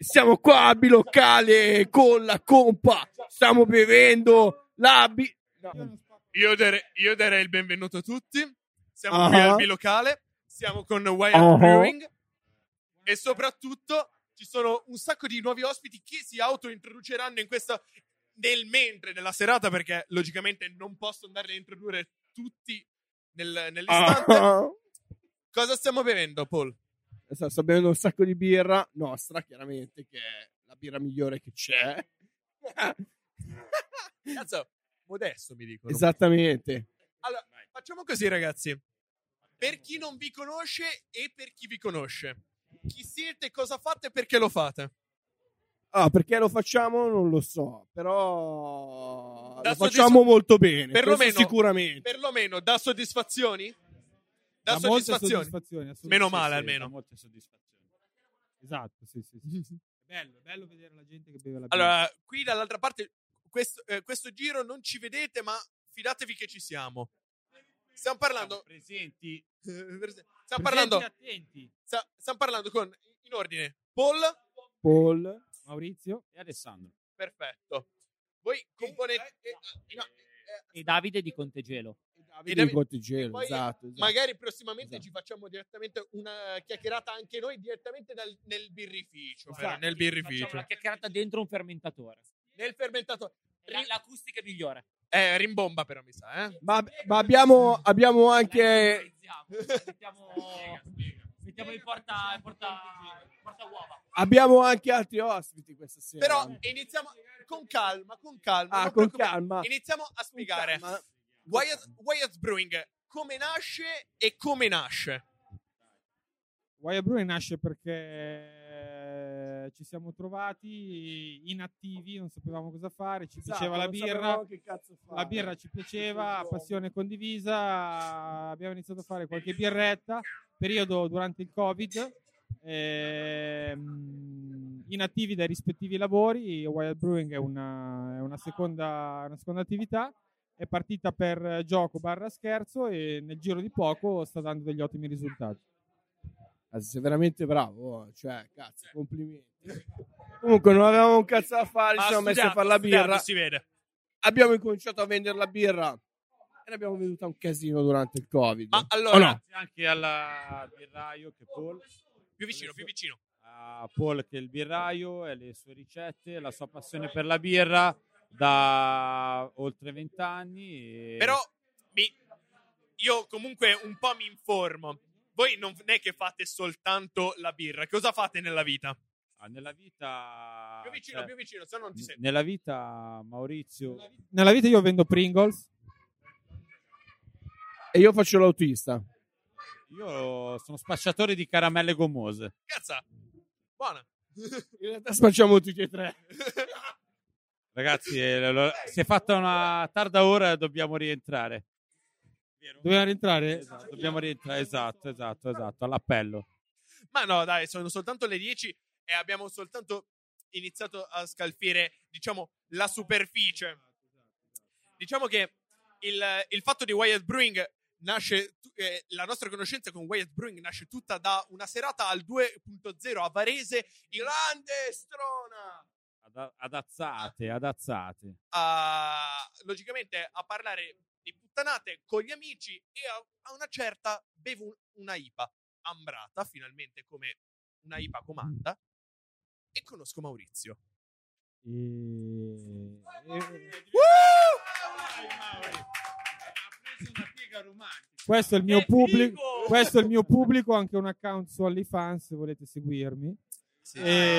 siamo qua a Bilocale con la compa. Stiamo bevendo la Io darei il benvenuto a tutti. Siamo qui al Bilocale. Siamo con Wyatt Brewing. E soprattutto ci sono un sacco di nuovi ospiti che si autointroduceranno in questa nel mentre della serata, perché logicamente non posso andarli a introdurre tutti nell'istante. Cosa stiamo bevendo, Paul? Sto bevendo un sacco di birra nostra, chiaramente, che è la birra migliore che c'è. Cazzo, modesto mi dicono. Esattamente. Allora, facciamo così, ragazzi. Per chi non vi conosce e per chi vi conosce, chi siete, cosa fate e perché lo fate? Perché lo facciamo non lo so, però lo facciamo molto bene, perlomeno, sicuramente. Perlomeno dà soddisfazioni? Da soddisfazioni. Meno male, almeno. Da molte soddisfazioni. Esatto, sì. È bello vedere la gente che beve la birra. Allora, qui dall'altra parte, questo giro non ci vedete, ma fidatevi che ci siamo. Stiamo parlando... Presenti. Stiamo parlando... Attenti. Stiamo parlando con, in ordine, Paul, Maurizio e Alessandro. Perfetto. Voi componete... E Davide di Contegelo. Esatto. Magari prossimamente ci facciamo direttamente una chiacchierata anche noi direttamente nel birrificio. Esatto. Nel birrificio. Facciamo una chiacchierata dentro un fermentatore. Nel fermentatore. L'acustica è migliore. Rimbomba però, mi sa, Ma abbiamo anche... Mettiamo in porta uova. Abbiamo anche altri ospiti questa sera. Però iniziamo con calma. Con calma. Iniziamo a spiegare. Wyatt Brewing, come nasce e come nasce? Wyatt Brewing nasce perché ci siamo trovati inattivi, non sapevamo cosa fare, ci piaceva la birra, la birra ci piaceva, passione condivisa, abbiamo iniziato a fare qualche birretta, periodo durante il Covid, inattivi dai rispettivi lavori. Wyatt Brewing è una seconda attività, è partita per gioco / scherzo e nel giro di poco sta dando degli ottimi risultati. Sei veramente bravo, cioè, cazzo, complimenti. Comunque non avevamo un cazzo da fare, ci siamo messi a fare la birra. Si vede. Abbiamo incominciato a vendere la birra e ne abbiamo venduta un casino durante il Covid. Ma allora, anche al birraio che Paul. Più vicino. A Paul che è il birraio e le sue ricette, la sua passione per la birra da oltre 20 anni. Però io comunque un po' mi informo. Voi non è che fate soltanto la birra, cosa fate nella vita? Nella vita... Più vicino, se no non ti sento. Nella vita, Maurizio... Nella vita io vendo Pringles. E io faccio l'autista. Io sono spacciatore di caramelle gommose. Cazzo, buona. In realtà spacciamo tutti e tre. Ragazzi, si è fatta una tarda ora, dobbiamo rientrare. Dobbiamo rientrare? Esatto, dobbiamo rientrare, esatto, all'appello. Ma no, dai, sono soltanto le 10 e abbiamo soltanto iniziato a scalfire, diciamo, la superficie. Diciamo che il fatto di Wyatt Brewing nasce, la nostra conoscenza con Wyatt Brewing nasce tutta da una serata al 2.0 a Varese, Irlande, Strona. Adazzate. Logicamente a parlare di puttanate con gli amici e a una certa bevo una IPA ambrata, finalmente come una IPA comanda, e conosco Maurizio. Questo è il mio pubblico, anche un account su OnlyFans se volete seguirmi. Sì.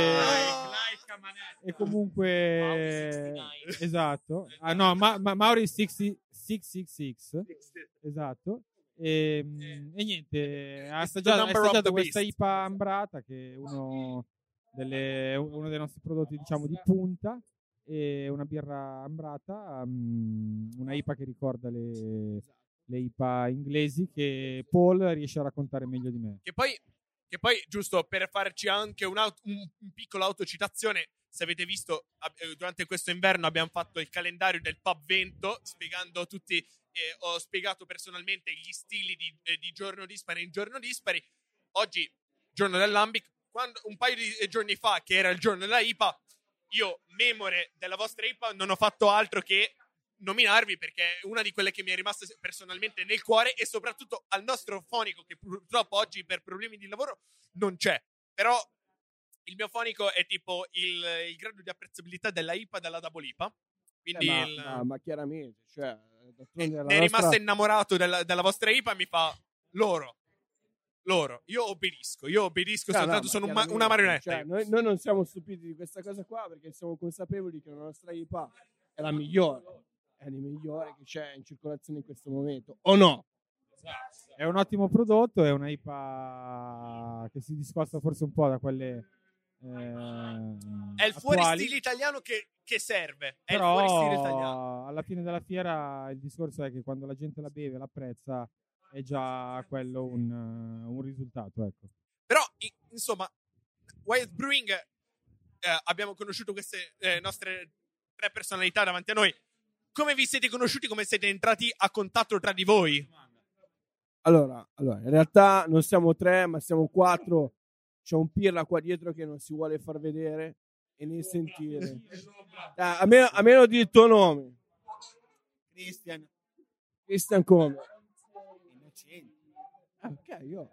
E comunque esatto. Mauri 666 esatto. E niente, ha assaggiato questa IPA ambrata che è uno dei nostri prodotti, diciamo, di punta, e una birra ambrata, una IPA che ricorda le IPA inglesi, che Paul riesce a raccontare meglio di me. Che poi, giusto per farci anche un piccolo autocitazione, se avete visto, durante questo inverno abbiamo fatto il calendario del Pub Vento, spiegando tutti, ho spiegato personalmente gli stili di giorno dispari in giorno dispari. Oggi, giorno dell'Ambic, un paio di giorni fa, che era il giorno della IPA, io, memore della vostra IPA, non ho fatto altro che nominarvi, perché è una di quelle che mi è rimasta personalmente nel cuore, e soprattutto al nostro fonico, che purtroppo oggi per problemi di lavoro non c'è, però il mio fonico è tipo il grado di apprezzabilità della IPA, della Double IPA, quindi ma chiaramente, cioè, ne è rimasto innamorato della vostra IPA, e mi fa loro, io obbedisco soltanto, sono una marionetta. Cioè, noi non siamo stupiti di questa cosa qua, perché siamo consapevoli che la nostra IPA è la migliore, è la migliore che c'è in circolazione in questo momento, o no? È un ottimo prodotto, è una IPA che si discosta forse un po' da quelle è il attuali. fuoristile italiano che serve, è però, il fuoristile italiano. Alla fine della fiera il discorso è che quando la gente la beve, l'apprezza, è già quello un risultato, ecco. Però insomma, Wyatt Brewing, abbiamo conosciuto queste nostre 3 personalità davanti a noi. Come vi siete conosciuti? Come siete entrati a contatto tra di voi? Allora, in realtà non siamo 3, ma siamo 4. C'è un pirla qua dietro che non si vuole far vedere e né sentire. A meno di il tuo nome. Christian come? Ok, io.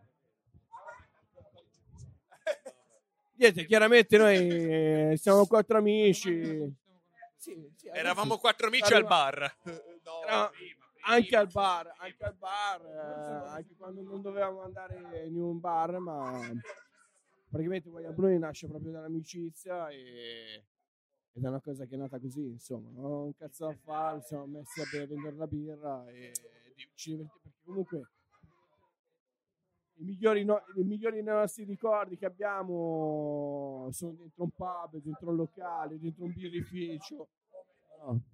Niente, chiaramente noi siamo 4 amici. Sì, eravamo 4 amici al bar. Anche al bar, anche quando non dovevamo andare in un bar, ma praticamente Wyatt Brewing nasce proprio dall'amicizia ed è una cosa che è nata così, insomma, non ho un cazzo da fare, siamo messi a vendere la birra e ci divertiamo, perché comunque i migliori dei nostri ricordi che abbiamo sono dentro un pub, dentro un locale, dentro un birrificio, no?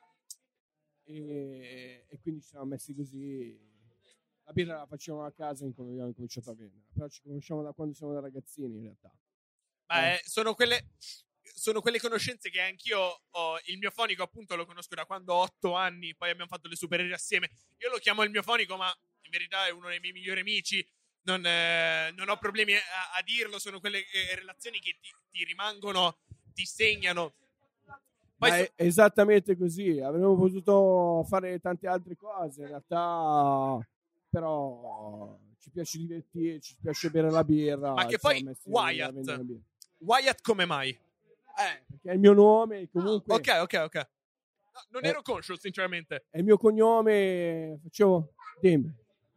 E quindi ci siamo messi così. La birra la facciamo a casa quando abbiamo cominciato a vendere, però ci conosciamo da quando siamo da ragazzini in realtà. Sono quelle conoscenze che anch'io ho. Il mio fonico appunto lo conosco da quando ho 8 anni, poi abbiamo fatto le superiori assieme. Io lo chiamo il mio fonico, ma in verità è uno dei miei migliori amici. Non ho problemi a dirlo, sono quelle relazioni che ti rimangono, ti segnano. Poi è esattamente così, avremmo potuto fare tante altre cose in realtà, però ci piace divertirci, ci piace bere la birra. Ma che poi Wyatt come mai? Perché è il mio nome comunque. Ok. No, non ero conscio sinceramente. È il mio cognome, dimmi.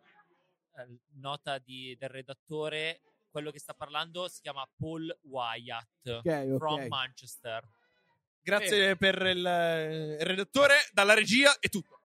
Nota del redattore, quello che sta parlando si chiama Paul Wyatt, okay. From Manchester. Grazie per il redattore, dalla regia è tutto.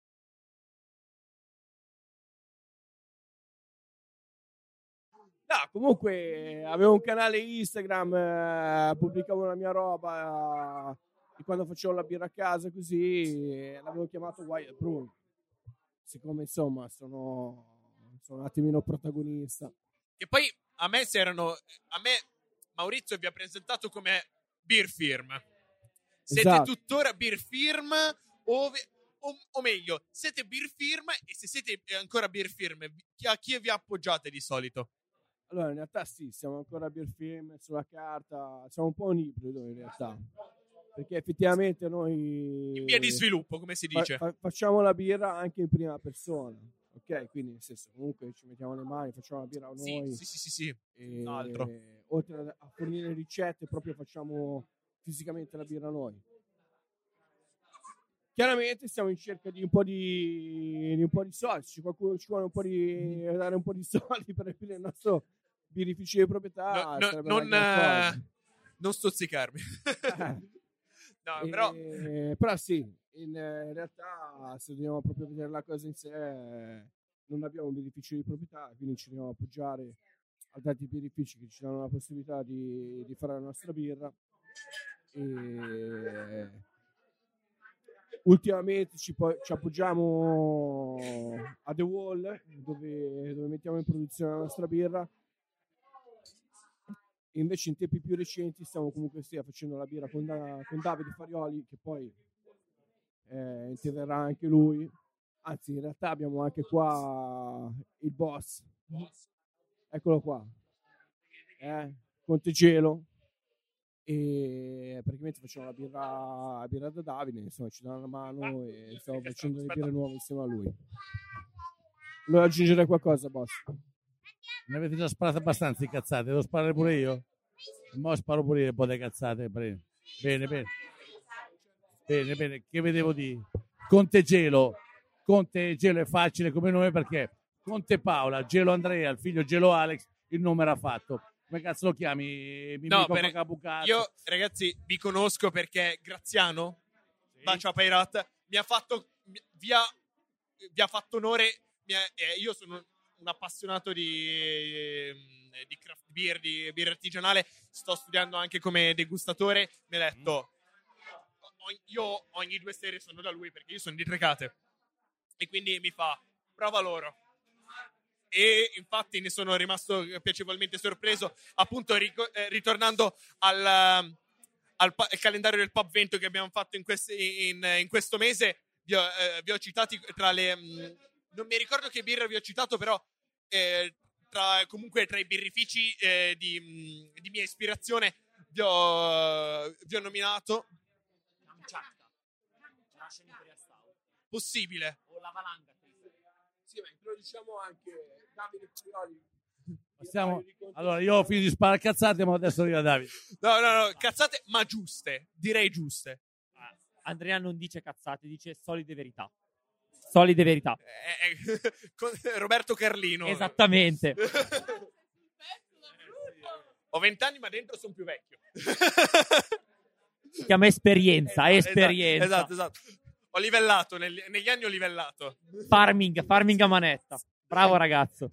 No, comunque avevo un canale Instagram, pubblicavo la mia roba e quando facevo la birra a casa così l'avevo chiamato Wyatt Brewing, siccome insomma sono un attimino protagonista. E poi a me Maurizio vi ha presentato come Beer Firm. Siete tuttora Beer Firm o meglio, siete Beer Firm, e se siete ancora Beer Firm, a chi vi appoggiate di solito? Allora, in realtà sì, siamo ancora Beer Firm sulla carta, siamo un po' un ibrido in realtà, perché effettivamente noi in via di sviluppo, come si dice, facciamo la birra anche in prima persona, ok? Quindi nel senso, comunque ci mettiamo le mani, facciamo la birra noi. Sì. E oltre a fornire ricette, proprio facciamo fisicamente la birra noi. Chiaramente siamo in cerca di un po' di soldi, qualcuno ci vuole un po' di dare un po' di soldi per aprire il nostro birrificio di proprietà. Non stuzzicarmi. No, però sì, in realtà se dobbiamo proprio vedere la cosa in sé, non abbiamo un birrificio di proprietà, quindi ci dobbiamo appoggiare a tanti birrifici che ci danno la possibilità di fare la nostra birra. E ultimamente ci appoggiamo a The Wall, dove mettiamo in produzione la nostra birra. E invece in tempi più recenti stiamo comunque facendo la birra con Davide Farioli, che poi interverrà anche lui. Anzi, in realtà abbiamo anche qua il boss. Eccolo qua. Contegelo, e praticamente facciamo la birra da Davide, insomma ci dà una mano e stiamo facendo le birre nuove insieme a lui. Vuoi aggiungere qualcosa, boss? Ne avete già sparato abbastanza di cazzate, devo sparare pure io? Mo sparo pure io un po' di cazzate. Bene, che vedevo di Contegelo è facile come nome perché Conte Paola, Gelo Andrea, il figlio Gelo Alex, il nome era fatto. Come cazzo lo chiami? Io, ragazzi, vi conosco perché Graziano, Bacia Pairat, vi ha fatto onore. Io sono un appassionato di craft beer, di birra artigianale. Sto studiando anche come degustatore. Mi ha detto, io ogni 2 sere sono da lui perché io sono di Trecate. E quindi mi fa, prova loro. E infatti ne sono rimasto piacevolmente sorpreso, appunto ritornando al calendario del Pub Vento che abbiamo fatto in questo mese. Vi ho citati tra le non mi ricordo che birra vi ho citato, però tra i birrifici di mia ispirazione vi ho nominato possibile o la valanga. Sì, ma introduciamo anche Davide Prioli. Allora, io ho finito di sparare cazzate, ma adesso arriva Davide. No, cazzate, ma giuste. Direi giuste. Andrea non dice cazzate, dice solide verità. Solide verità. Con Roberto Carlino. Esattamente. Ho 20 anni, ma dentro sono più vecchio. Si chiama esperienza. Esatto. Ho livellato, negli anni ho livellato. Farming a manetta. Bravo ragazzo.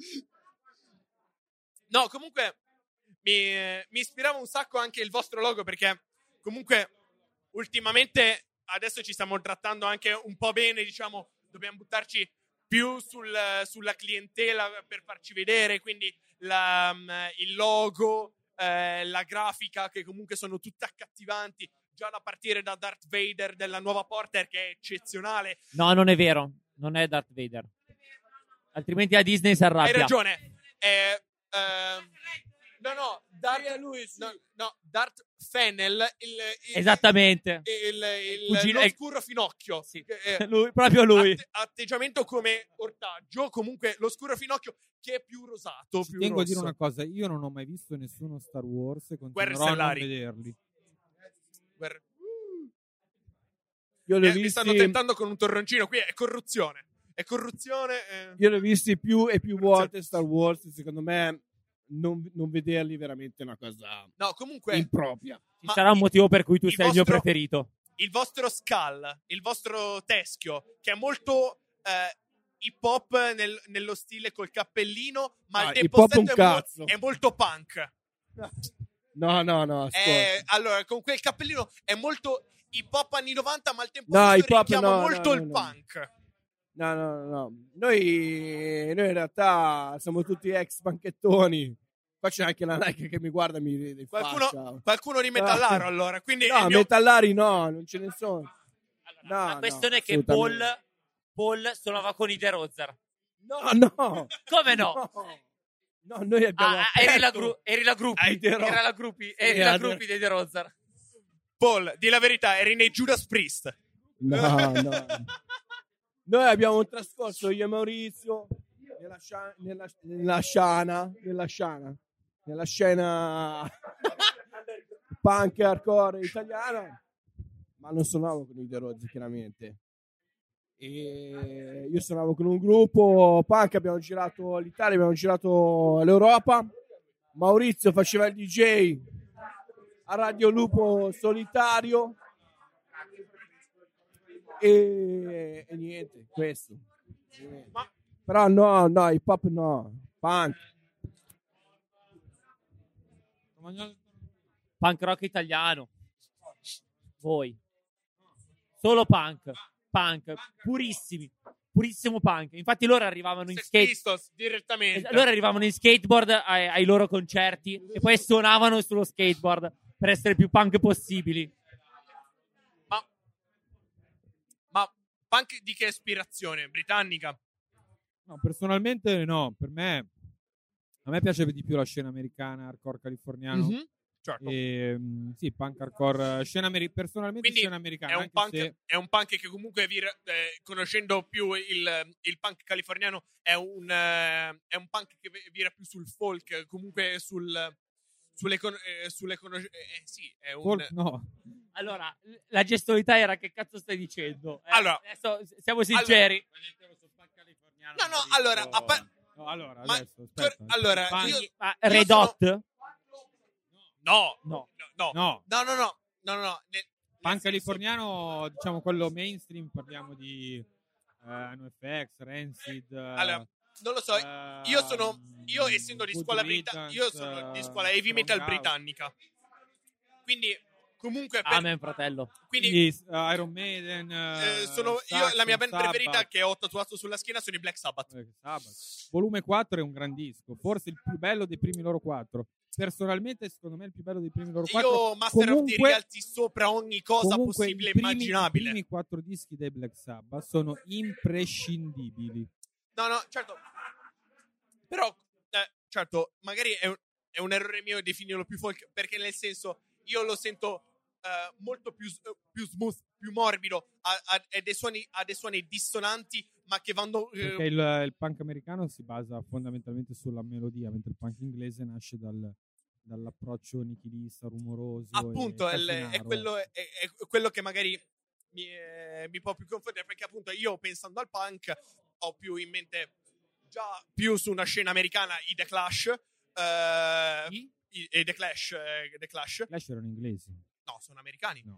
No, comunque mi ispirava un sacco anche il vostro logo, perché comunque ultimamente adesso ci stiamo trattando anche un po' bene, diciamo, dobbiamo buttarci più sulla clientela per farci vedere, quindi il logo, la grafica, che comunque sono tutte accattivanti, già da partire da Darth Vader della nuova Porter, che è eccezionale. No, non è vero, non è Darth Vader, altrimenti la Disney si arrabbia. Hai ragione. Darth Fennel, esattamente, l'oscuro finocchio. Sì. Proprio lui. Atteggiamento come ortaggio, comunque l'oscuro finocchio che è più rosato. Ci tengo a dire una cosa, io non ho mai visto nessuno Star Wars e continuerò a non vederli. Io li ho visti... Mi stanno tentando con un torroncino, qui è corruzione. Io li ho visti più e più volte Star Wars, secondo me non vederli veramente è una cosa comunque impropria. Ci sarà un motivo per cui tu sei il mio preferito. Il vostro skull, il vostro teschio, che è molto hip hop nello stile col cappellino, ma al tempo stesso è molto punk. No, allora, con quel cappellino è molto hip hop anni 90, ma al tempo stesso richiama molto il punk. No. Noi in realtà siamo tutti ex panchettoni. Qua c'è anche la Nike che mi guarda e mi vede in faccia. Qualcuno di metallaro, allora. Quindi metallari no, non ce ne sono. La questione è che Paul suonava con i The Rozer. No. Come no? No, noi abbiamo eri la gruppi dei The Rozer. Paul, di la verità, eri nei Judas Priest. No. Noi abbiamo un trascorso, io e Maurizio, nella scena punk hardcore italiana, ma non suonavo con i The Rozer, chiaramente. E io suonavo con un gruppo punk, abbiamo girato l'Italia, abbiamo girato l'Europa. Maurizio faceva il DJ a Radio Lupo Solitario. E niente, questo. Però no, hip hop no, punk rock italiano. Voi solo punk purissimo punk. Infatti loro arrivavano in direttamente. Loro arrivavano in skateboard ai loro concerti e poi suonavano sullo skateboard per essere più punk possibili. Ma punk di che ispirazione? Britannica? No, personalmente no, per me A me piace di più la scena americana, hardcore californiano. Certo. Sì, punk hardcore, personalmente quindi scena americana. È un punk che comunque, conoscendo più il punk californiano, è un punk che vira più sul folk, comunque sulle sì, è un... Folk no. Allora, la gestualità era: che cazzo stai dicendo? Allora, adesso siamo sinceri. Allora, ma, adesso, aspetta. allora, Red Hot? No. Punk californiano, diciamo quello mainstream, parliamo di NoFX, Rancid. Allora, non lo so, io essendo di scuola britannica, io sono di scuola heavy metal britannica. Quindi comunque a me, fratello. Quindi Iron Maiden, io la mia band preferita che ho tatuato sulla schiena sono i Black Sabbath. Volume 4 è un gran disco, forse il più bello dei primi loro 4. Personalmente, secondo me, è il più bello dei primi loro 4. Io Master of the Realty sopra ogni cosa possibile e immaginabile. I primi 4 dischi dei Black Sabbath sono imprescindibili. No, certo. Però, certo, magari è un errore mio definirlo più folk, perché nel senso, io lo sento molto più smooth, più morbido, ha dei suoni dissonanti, ma che vanno... Perché il punk americano si basa fondamentalmente sulla melodia, mentre il punk inglese nasce dall'approccio nichilista, rumoroso. Appunto, è quello che magari mi può più confondere, perché appunto io, pensando al punk, ho più in mente già più su una scena americana i The Clash. The Clash. The Clash erano inglesi. No, sono americani. No.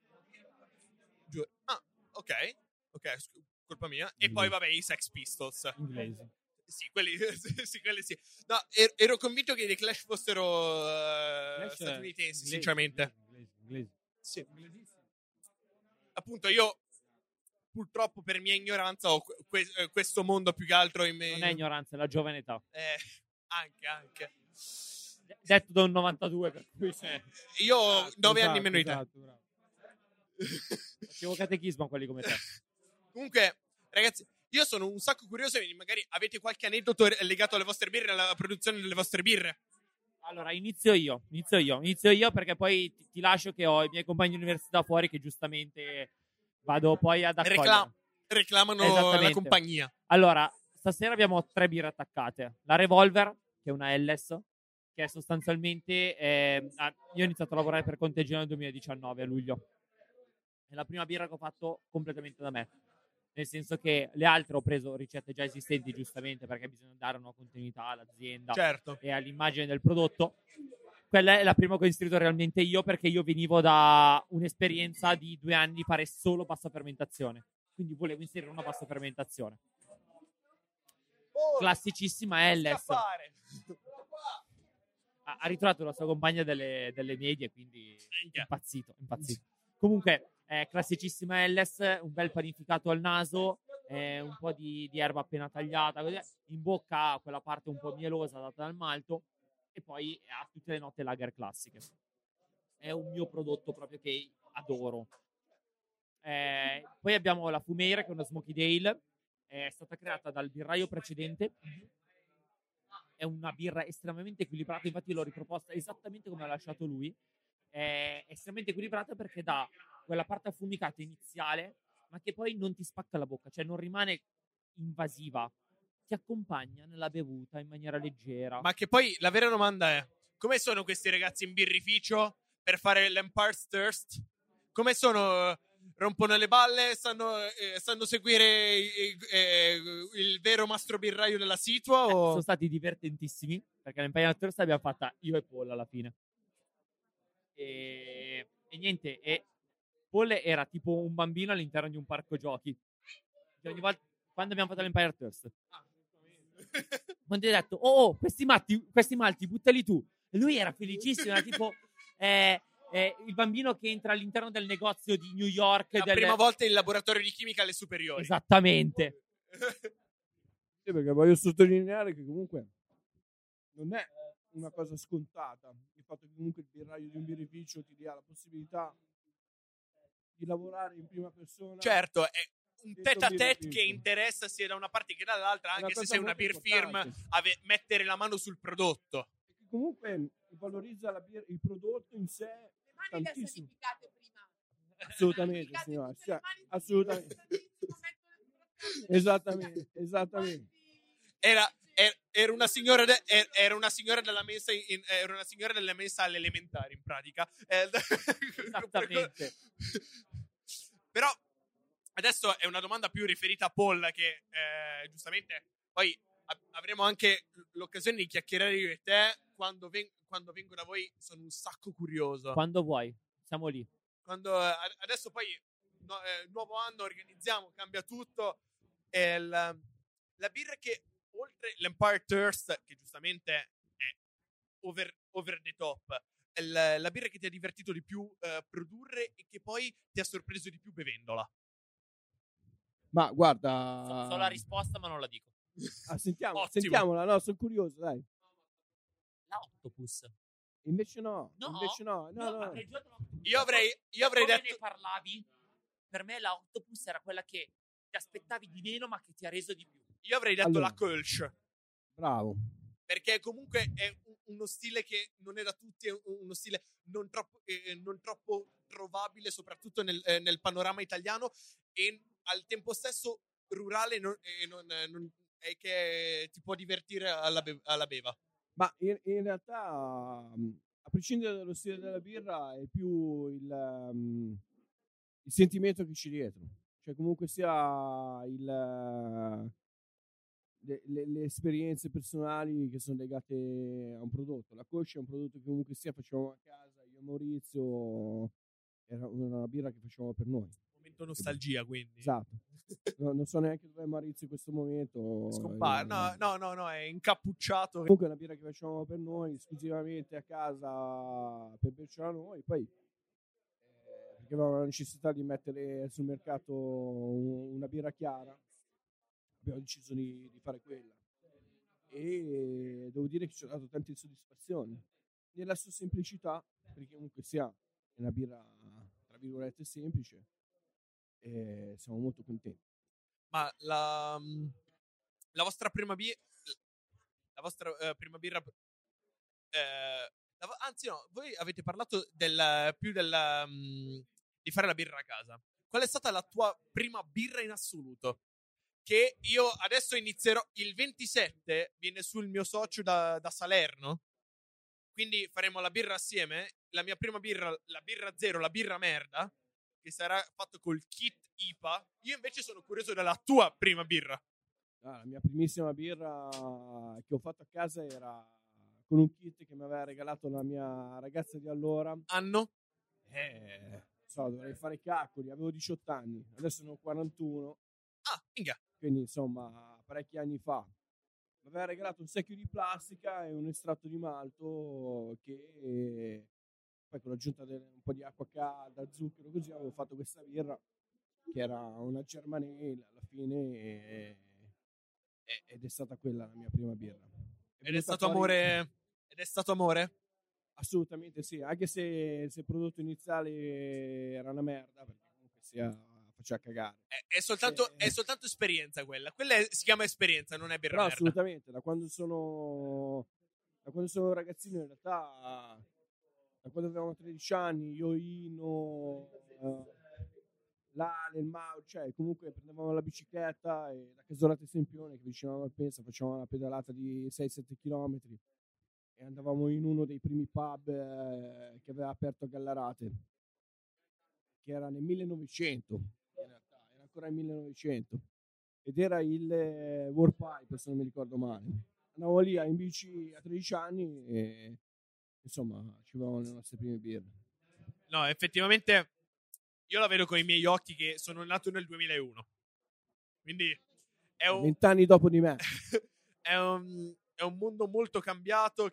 Ok, colpa mia. E poi vabbè, i Sex Pistols. Inglesi. Sì, quelli sì. No, ero convinto che i The Clash fossero statunitensi, sinceramente. Inglesi. Sì. Appunto, io purtroppo per mia ignoranza ho questo mondo più che altro in me. Non è ignoranza, è la giovane età. Anche. Detto da un 92, per cui io ho 9 anni meno di te. Bravo. Facevo catechismo a quelli come te. Comunque, ragazzi, io sono un sacco curioso, magari avete qualche aneddoto legato alle vostre birre, alla produzione delle vostre birre? Allora, inizio io perché poi ti lascio, che ho i miei compagni di università fuori che giustamente vado poi ad accogliere. Reclamano la compagnia. Allora, stasera abbiamo 3 birre attaccate. La Revolver, che è una Helles, che è sostanzialmente... io ho iniziato a lavorare per Contegino nel 2019, a luglio. È la prima birra che ho fatto completamente da me. Nel senso che le altre ho preso ricette già esistenti, giustamente, perché bisogna dare una continuità all'azienda, certo, e all'immagine del prodotto. Quella è la prima che ho istruito realmente io, perché io venivo da un'esperienza di 2 anni di fare solo pasta fermentazione. Quindi volevo inserire una pasta fermentazione. Classicissima Helles. Ha ritrovato la sua compagna delle medie, quindi impazzito. Comunque, classicissima Helles, un bel panificato al naso, un po' di erba appena tagliata, così. In bocca quella parte un po' mielosa data dal malto, e poi ha tutte le note lager classiche. È un mio prodotto proprio che adoro. Poi abbiamo la Fumeira, che è una Smoky Dale, è stata creata dal birraio precedente. È una birra estremamente equilibrata, infatti l'ho riproposta esattamente come ha lasciato lui. È estremamente equilibrata perché dà quella parte affumicata iniziale, ma che poi non ti spacca la bocca, cioè non rimane invasiva, ti accompagna nella bevuta in maniera leggera. Ma che poi la vera domanda è: come sono questi ragazzi in birrificio per fare l'Empire's Thirst? Come sono? Rompono le balle? Sanno seguire il vero mastro birraio della situa? O... Sono stati divertentissimi, perché l'Empire's Thirst l'abbiamo fatta io e Paul alla fine. E niente, Paul era tipo un bambino all'interno di un parco giochi. E ogni volta, quando abbiamo fatto l'Empire Thirst, quando gli ho detto questi malti buttali tu, e lui era felicissimo, era tipo il bambino che entra all'interno del negozio di New York la prima volta in laboratorio di chimica alle superiori. Esattamente. Sì, perché voglio sottolineare che comunque non è una cosa scontata il fatto che comunque il birraio di un birrificio ti dia la possibilità di lavorare in prima persona. Certo, un tête-à-tête che interessa sia da una parte che dall'altra, anche se sei una beer firm, mettere la mano sul prodotto. Comunque valorizza il prodotto in sé tantissimo. Prima. Assolutamente, signora. Assolutamente. Esattamente. Era una signora della mensa era una signora della mensa alle elementari, in pratica. Esattamente. Però adesso è una domanda più riferita a Paul, che giustamente poi avremo anche l'occasione di chiacchierare io e te quando vengo da voi. Sono un sacco curioso. Quando vuoi, siamo lì. Adesso poi nuovo anno, organizziamo, cambia tutto. La birra che, oltre l'Empire Thirst, che giustamente è over the top, la birra che ti ha divertito di più produrre e che poi ti ha sorpreso di più bevendola. Ma guarda, So la risposta, ma non la dico. Sentiamola, no, sono curioso, dai. La Octopus. Invece no. Io avrei detto. Ne parlavi? Per me la Octopus era quella che ti aspettavi di meno, ma che ti ha reso di più. Io avrei detto la Kölsch. Bravo. Perché comunque è uno stile che non è da tutti, è uno stile non troppo trovabile, soprattutto nel panorama italiano, e al tempo stesso rurale, e che ti può divertire alla beva. Ma in realtà, a prescindere dallo stile della birra, è più il sentimento che c'è dietro. Cioè, comunque sia le esperienze personali che sono legate a un prodotto. La Kölsch è un prodotto che comunque sia facevamo a casa, io e Maurizio, era una birra che facevamo per noi. Momento nostalgia, quindi. Esatto. Non so neanche dove è Maurizio in questo momento. Scompare. No, è incappucciato. Comunque è una birra che facevamo per noi, esclusivamente a casa, per bercela noi. Poi perché avevamo la necessità di mettere sul mercato una birra chiara, abbiamo deciso di fare quella, e devo dire che ci ha dato tante soddisfazioni nella sua semplicità, perché comunque sia una birra tra virgolette semplice, e siamo molto contenti. Ma la vostra prima birra, anzi no, voi avete parlato di fare la birra a casa. Qual è stata la tua prima birra in assoluto? Che io adesso inizierò il 27, viene sul mio socio da Salerno, quindi faremo la birra assieme. La mia prima birra, la birra zero, la birra merda, che sarà fatto col kit IPA. Io invece sono curioso della tua prima birra. La mia primissima birra che ho fatto a casa era con un kit che mi aveva regalato la mia ragazza di allora. Anno? Dovrei fare i calcoli, avevo 18 anni, adesso ne ho 41. Minchia. Quindi insomma parecchi anni fa. Mi aveva regalato un secchio di plastica e un estratto di malto, che poi con l'aggiunta di un po' di acqua calda, zucchero, così avevo fatto questa birra che era una German Ale alla fine, ed è stata quella la mia prima birra. Ed è stato amore? Assolutamente sì, anche se il prodotto iniziale era una merda, perché comunque faceva cagare. È soltanto esperienza quella si chiama esperienza, non è birra però merda. Assolutamente, da quando sono ragazzino, in realtà, da quando avevamo 13 anni, io, Ino, l'Ale, il Mau, cioè comunque prendevamo la bicicletta e da Casolate Sempione, che vicino a Malpensa, facevamo una pedalata di 6-7 km e andavamo in uno dei primi pub che aveva aperto a Gallarate, che era nel 1900, in realtà era ancora nel 1900, ed era il Warpipe, se non mi ricordo male. Andavamo lì in bici a 13 anni e insomma ci avevamo le nostre prime birre. No, effettivamente io la vedo con i miei occhi, che sono nato nel 2001, quindi è 20 anni dopo di me. è un mondo molto cambiato,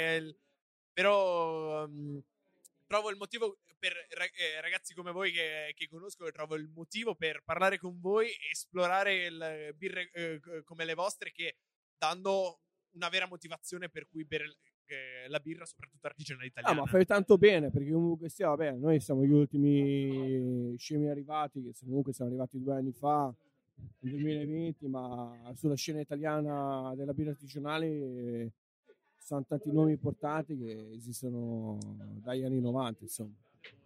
però trovo il motivo per ragazzi come voi che conosco, trovo il motivo per parlare con voi e esplorare le birre come le vostre, che danno una vera motivazione per cui bere la birra, soprattutto artigianale italiana. Ma fai tanto bene, perché comunque sia, vabbè, noi siamo gli ultimi scemi arrivati, che comunque siamo arrivati 2 anni fa, nel 2020, ma sulla scena italiana della birra artigianale sono tanti nomi importanti che esistono dagli anni 90, insomma.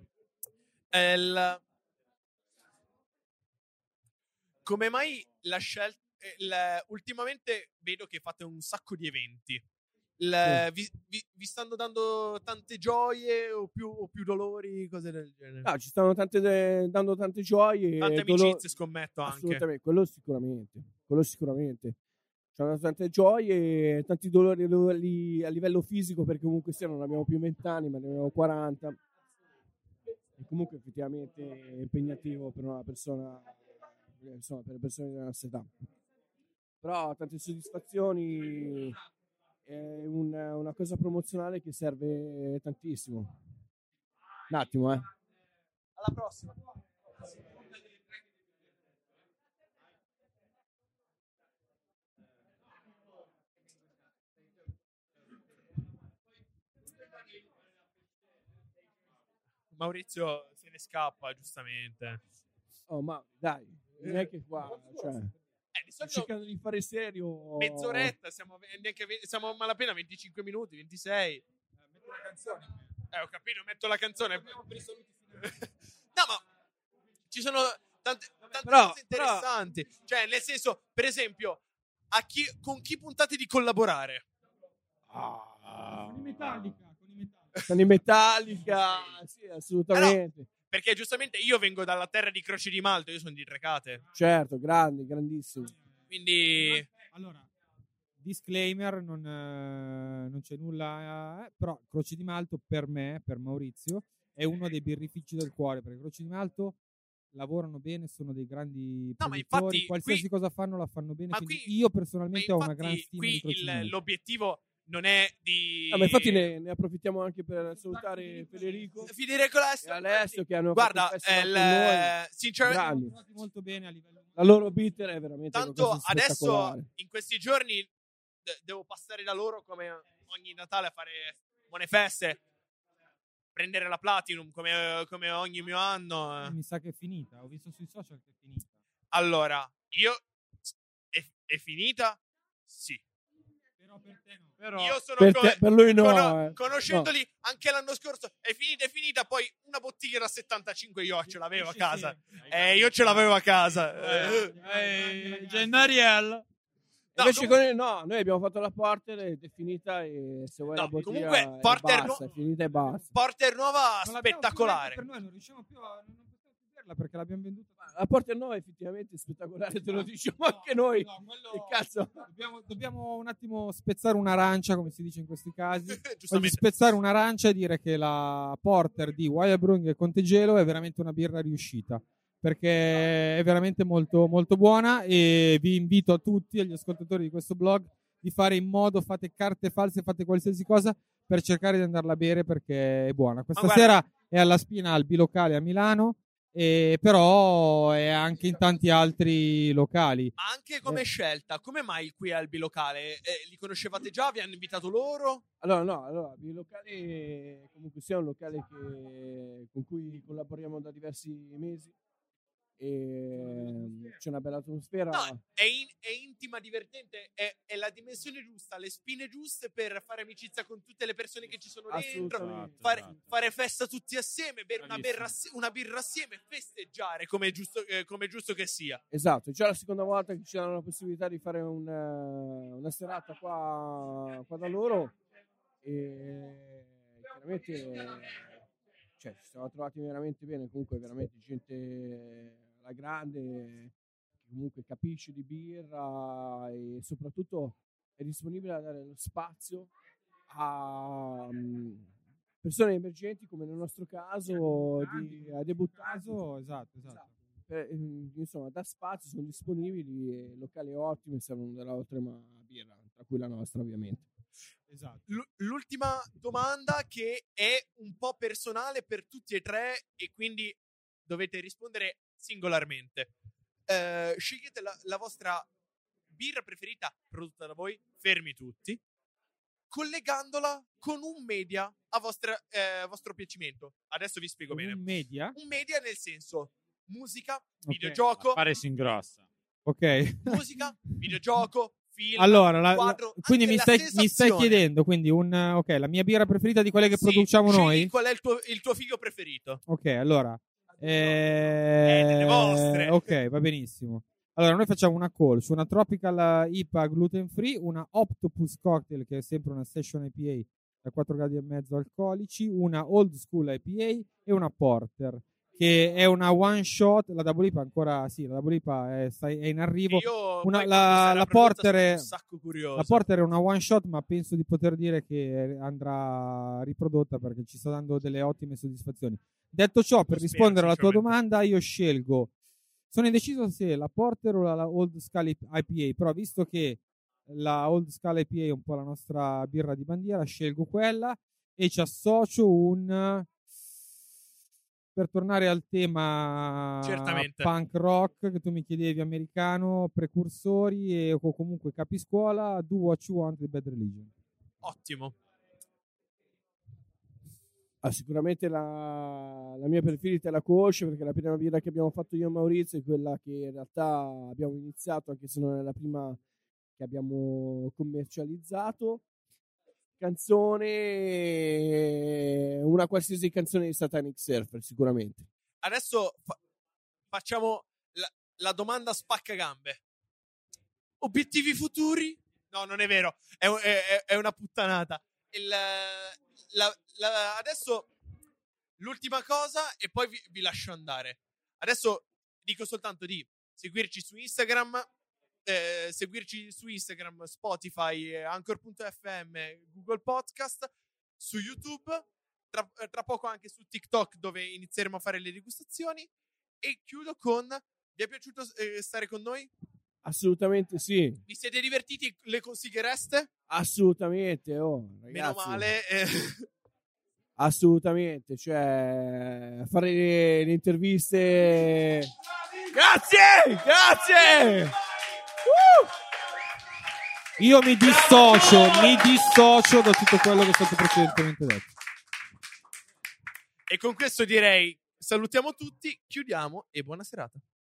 Come mai la scelta? Ultimamente vedo che fate un sacco di eventi. Vi stanno dando tante gioie o più dolori, cose del genere? Ci stanno dando tante gioie. Tante amicizie, scommetto anche. Assolutamente, quello sicuramente. C'hanno tante gioie, tanti dolori a livello fisico, perché comunque sia non abbiamo più 20 anni, ma ne abbiamo 40. E comunque effettivamente è impegnativo per una persona, insomma, per le persone della nostra età. Però tante soddisfazioni, è una cosa promozionale che serve tantissimo. Un attimo, Alla prossima. Maurizio se ne scappa, giustamente. Oh, ma dai, non è che qua, cioè, cercando di fare serio. Mezz'oretta, siamo a malapena 25 minuti, 26. Metto la canzone. Ho capito, metto la canzone. No, ma ci sono tante cose interessanti. Cioè, nel senso, per esempio, con chi puntate di collaborare? Con i Metallica, sì, assolutamente. No, perché giustamente io vengo dalla terra di Croci di Malta, io sono di Trecate. Certo, grandissimo. Quindi allora, disclaimer, non c'è nulla, però Croci di Malto per me, per Maurizio, è uno dei birrifici del cuore, perché Croci di Malto lavorano bene, sono dei grandi produttori, infatti, qualsiasi cosa fanno la fanno bene, ma quindi io personalmente ho una gran stima di Croci di Malto. L'obiettivo non è di... ma infatti ne approfittiamo anche per salutare Federico e Alessio, che hanno guarda, sinceramente molto bene a livello. La loro bitter è veramente tanto adesso in questi giorni devo passare da loro come ogni Natale a fare buone feste, prendere la Platinum come ogni mio anno. Mi sa che è finita, ho visto sui social che è finita. Allora, è finita? Sì. Però per te no. Però io sono per lui no. Conoscendoli anche l'anno scorso, è finita. Poi una bottiglia da 75 io ce l'avevo a casa. Io ce l'avevo a casa. Gennariel. Invece noi abbiamo fatto la Porter ed è finita, e se vuoi la bottiglia comunque, Porter è finita e basta. Porter nuova spettacolare. Per noi non riusciamo più a perché l'abbiamo venduta. La Porter nuova effettivamente è spettacolare, te lo diciamo anche noi. Che cazzo? Dobbiamo un attimo spezzare un'arancia, come si dice in questi casi. Voglio spezzare un'arancia e dire che la Porter di Wire Brewing e Contegelo è veramente una birra riuscita, perché è veramente molto, molto buona, e vi invito a tutti, agli ascoltatori di questo blog, di fare in modo, fate carte false, fate qualsiasi cosa per cercare di andarla a bere, perché è buona. Questa sera è alla Spina, al bilocale a Milano, però è anche in tanti altri locali. Ma anche come scelta, come mai qui al bilocale? Li conoscevate già? Vi hanno invitato loro? Allora, bilocale comunque sia un locale con cui collaboriamo da diversi mesi, e c'è una bella atmosfera. No, è intima, divertente, è la dimensione giusta, le spine giuste per fare amicizia con tutte le persone che ci sono dentro, fare festa tutti assieme, bere una birra assieme, festeggiare come è giusto che sia. Esatto, è già la seconda volta che ci danno la possibilità di fare una serata qua da loro, e chiaramente ci siamo trovati veramente bene. Comunque veramente gente alla grande, che comunque capisce di birra, e soprattutto è disponibile a dare lo spazio a persone emergenti, come nel nostro caso, a debuttanti. Esatto. Insomma, da spazio, sono disponibili, e locali ottimi, servono della Oltrema birra, tra cui la nostra, ovviamente. Esatto. L'ultima domanda, che è un po' personale per tutti e tre, e quindi dovete rispondere singolarmente. Scegliete la vostra birra preferita prodotta da voi, fermi tutti, collegandola con un media a vostro piacimento. Adesso vi spiego bene. Un media? Un media nel senso musica, videogioco. Pare si ingrossa. Ok. Musica, videogioco, film, allora, quadro. Quindi mi stai chiedendo, quindi la mia birra preferita di quelle che produciamo noi? Qual è il tuo figlio preferito? Ok, allora. Delle vostre. Ok, va benissimo. Allora, noi facciamo una call su una Tropical IPA gluten free, una Octopus Cocktail, che è sempre una Session IPA da 4,5 gradi alcolici, una Old School IPA e una Porter, che è una one shot. La Double IPA ancora, sì, la Double IPA è in arrivo. La Porter è una one shot, ma penso di poter dire che andrà riprodotta perché ci sta dando delle ottime soddisfazioni. Detto ciò, per rispondere alla tua domanda, io scelgo. Sono indeciso se la Porter o la Old School IPA, però visto che la Old School IPA è un po' la nostra birra di bandiera, scelgo quella e ci associo per tornare al tema punk rock che tu mi chiedevi, americano, precursori o comunque capiscuola, Do What You Want di Bad Religion. Ottimo. Sicuramente la mia preferita è la Kolsch, perché la prima birra che abbiamo fatto io e Maurizio è quella che in realtà abbiamo iniziato, anche se non è la prima che abbiamo commercializzato. Canzone, una qualsiasi canzone di Satanic Surfer, sicuramente. Adesso facciamo la domanda spaccagambe. Obiettivi futuri? No, non è vero, è una puttanata. Adesso l'ultima cosa e poi vi lascio andare. Adesso dico soltanto di seguirci su Instagram, Spotify, Anchor.fm, Google Podcast, su YouTube, tra poco anche su TikTok, dove inizieremo a fare le degustazioni. E chiudo con: vi è piaciuto stare con noi? Assolutamente sì. Vi siete divertiti? Le consigliereste? Assolutamente, ragazzi. Meno male. Assolutamente, cioè fare le interviste. Grazie. Io mi dissocio da tutto quello che è stato precedentemente detto. E con questo direi salutiamo tutti, chiudiamo e buona serata.